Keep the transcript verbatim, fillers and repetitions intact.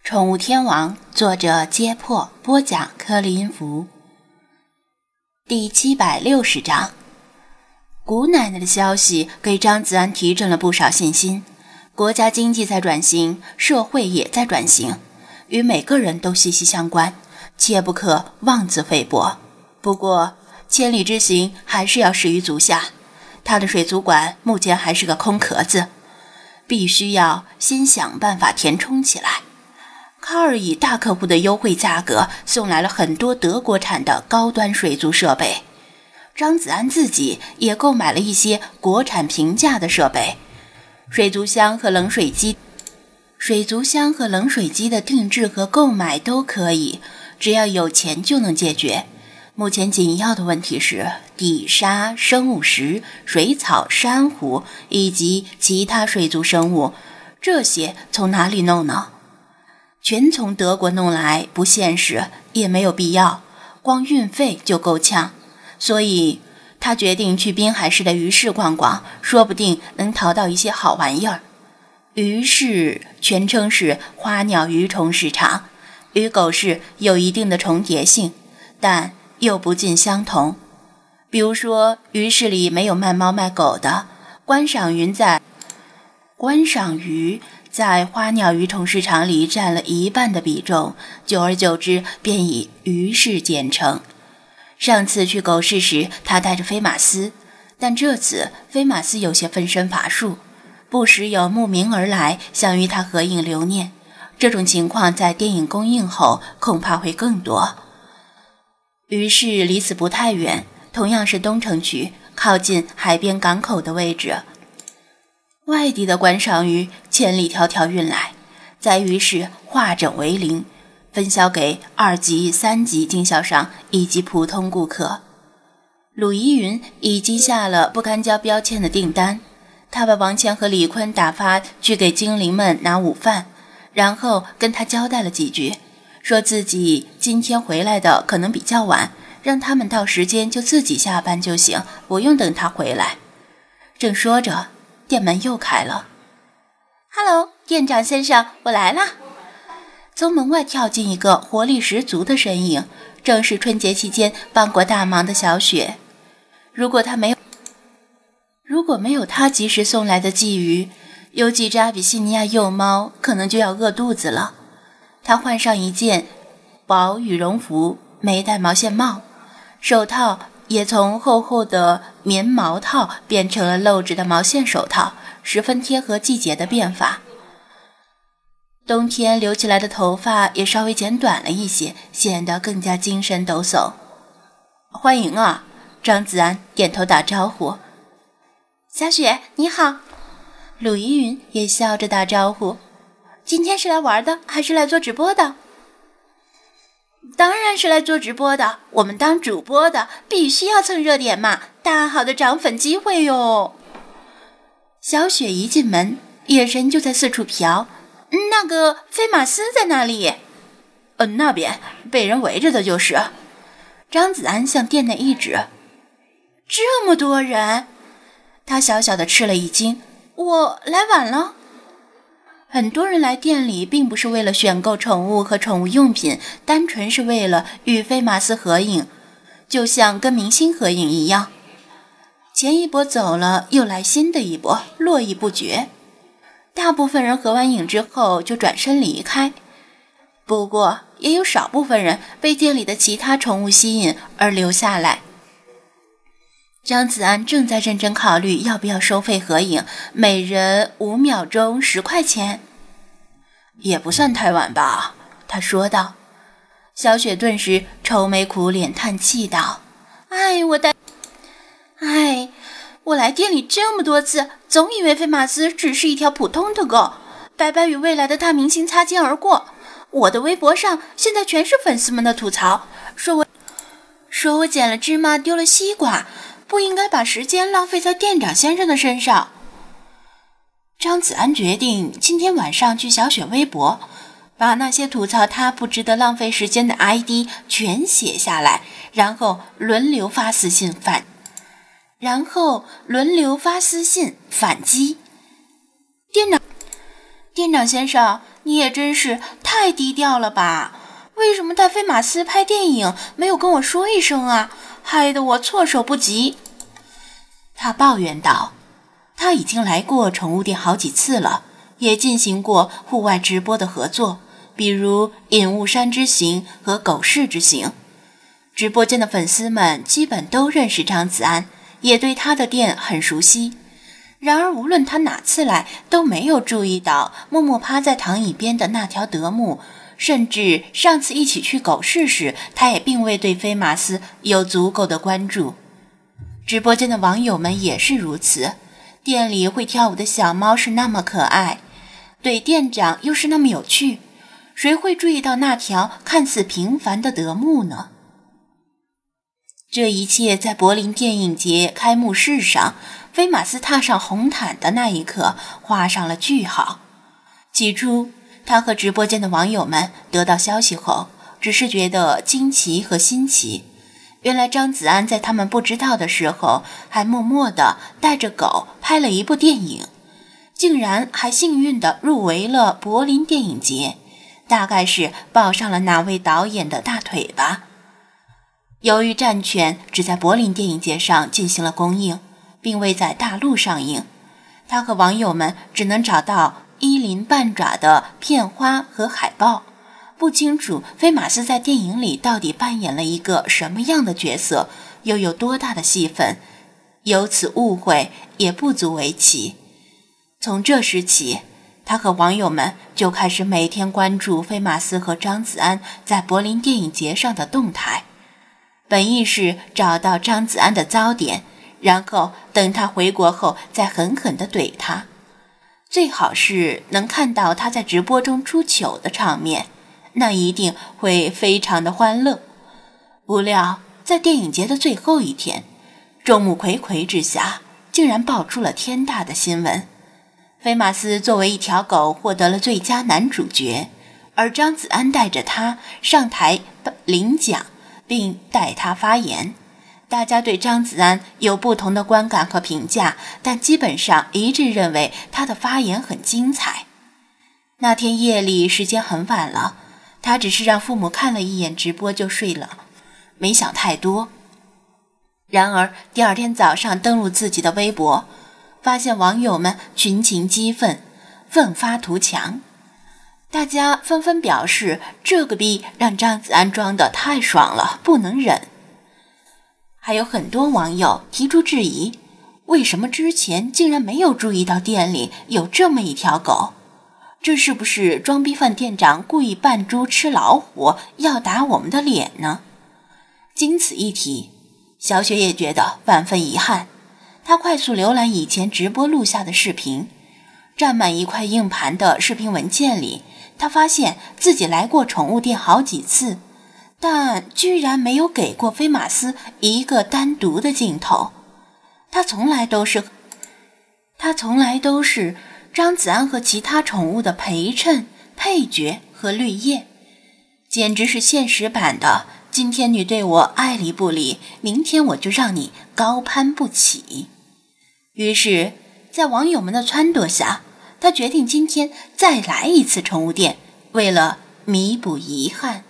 宠物天王，作者揭破，播讲克里音符。第七百六十章，谷奶奶的消息给张子安提振了不少信心。国家经济在转型，社会也在转型，与每个人都息息相关，切不可妄自菲薄。不过，千里之行还是要始于足下。他的水族馆目前还是个空壳子，必须要先想办法填充起来。卡尔以大客户的优惠价格送来了很多德国产的高端水族设备，张子安自己也购买了一些国产平价的设备，水族箱和冷水机，水族箱和冷水机的定制和购买都可以，只要有钱就能解决。目前紧要的问题是底沙、生物石、水草、珊瑚以及其他水族生物，这些从哪里弄呢？全从德国弄来不现实，也没有必要，光运费就够呛。所以他决定去滨海市的鱼市逛逛，说不定能淘到一些好玩意儿。鱼市全称是花鸟鱼虫市场，与狗市有一定的重叠性，但又不尽相同。比如说，鱼市里没有卖猫卖狗的，观赏鱼在观赏鱼在花鸟鱼虫市场里占了一半的比重，久而久之便以鱼市简称。上次去狗市时，他带着菲马斯，但这次菲马斯有些分身乏术，不时有慕名而来想与他合影留念。这种情况在电影公映后恐怕会更多。鱼市离此不太远，同样是东城区，靠近海边港口的位置。外地的观赏鱼千里迢迢运来，在鱼市化整为零，分销给二级、三级经销商以及普通顾客。鲁依云已经下了不干胶标签的订单，他把王强和李坤打发去给精灵们拿午饭，然后跟他交代了几句，说自己今天回来的可能比较晚，让他们到时间就自己下班就行，不用等他回来。正说着，店门又开了。哈喽，店长先生，我来啦！从门外跳进一个活力十足的身影，正是春节期间帮过大忙的小雪。如果他没有如果没有他及时送来的鲫鱼，有几只阿比西尼亚幼猫可能就要饿肚子了。他换上一件薄羽绒服，没戴毛线帽，手套也从厚厚的棉毛套变成了露着的毛线手套，十分贴合季节的变法。冬天留起来的头发也稍微剪短了一些，显得更加精神抖擞。欢迎啊！张子安点头打招呼。小雪你好。鲁依云也笑着打招呼。今天是来玩的还是来做直播的？当然是来做直播的，我们当主播的必须要蹭热点嘛，大好的涨粉机会哟。小雪一进门，眼神就在四处瞟。那个菲马斯在哪里？呃，那边被人围着的就是。张子安向店内一指。这么多人？他小小的吃了一惊。我来晚了。很多人来店里并不是为了选购宠物和宠物用品，单纯是为了与菲马斯合影，就像跟明星合影一样。前一波走了，又来新的一波，络绎不绝。大部分人合完影之后就转身离开，不过也有少部分人被店里的其他宠物吸引而留下来。张子安正在认真考虑要不要收费合影，每人五秒钟十块钱。也不算太晚吧，他说道。小雪顿时愁眉苦脸叹气道：哎，我带哎，我来店里这么多次，总以为菲马斯只是一条普通的狗，白白与未来的大明星擦肩而过。我的微博上现在全是粉丝们的吐槽，说我说我捡了芝麻丢了西瓜，不应该把时间浪费在店长先生的身上。张子安决定今天晚上去小雪微博，把那些吐槽他不值得浪费时间的 I D 全写下来，然后轮流发私信反然后轮流发私信反击。店长店长先生，你也真是太太低调了吧？为什么带飞马斯拍电影没有跟我说一声啊？害得我措手不及。他抱怨道。他已经来过宠物店好几次了，也进行过户外直播的合作，比如隐雾山之行和狗市之行。直播间的粉丝们基本都认识张子安，也对他的店很熟悉。然而无论他哪次来，都没有注意到默默趴在躺椅边的那条德牧，甚至上次一起去狗市时，他也并未对飞马斯有足够的关注。直播间的网友们也是如此，店里会跳舞的小猫是那么可爱，对店长又是那么有趣，谁会注意到那条看似平凡的德牧呢？这一切在柏林电影节开幕式上，飞马斯踏上红毯的那一刻画上了句号。起初，他和直播间的网友们得到消息后，只是觉得惊奇和新奇。原来张子安在他们不知道的时候，还默默地带着狗拍了一部电影，竟然还幸运地入围了柏林电影节，大概是抱上了哪位导演的大腿吧。由于战犬只在柏林电影节上进行了公映，并未在大陆上映，他和网友们只能找到一鳞半爪的片花和海报，不清楚飞马斯在电影里到底扮演了一个什么样的角色，又有多大的戏份，由此误会也不足为奇。从这时起，他和网友们就开始每天关注飞马斯和张子安在柏林电影节上的动态，本意是找到张子安的糟点，然后等他回国后再狠狠地怼他，最好是能看到他在直播中出糗的场面，那一定会非常的欢乐。不料在电影节的最后一天，众目睽睽之下，竟然爆出了天大的新闻。飞马斯作为一条狗获得了最佳男主角，而张子安带着他上台领奖并带他发言。大家对张子安有不同的观感和评价，但基本上一致认为他的发言很精彩。那天夜里时间很晚了，他只是让父母看了一眼直播就睡了，没想太多。然而第二天早上登录自己的微博，发现网友们群情激愤，奋发图强。大家纷纷表示，这个逼让张子安装得太爽了，不能忍。还有很多网友提出质疑，为什么之前竟然没有注意到店里有这么一条狗？这是不是装逼犯店长故意扮猪吃老虎，要打我们的脸呢？经此一提，小雪也觉得万分遗憾。她快速浏览以前直播录下的视频，占满一块硬盘的视频文件里，她发现自己来过宠物店好几次，但居然没有给过飞马斯一个单独的镜头。他从来都是他从来都是张子安和其他宠物的陪衬、配角和绿叶，简直是现实版的今天你对我爱理不理，明天我就让你高攀不起。于是在网友们的撺掇下，他决定今天再来一次宠物店，为了弥补遗憾。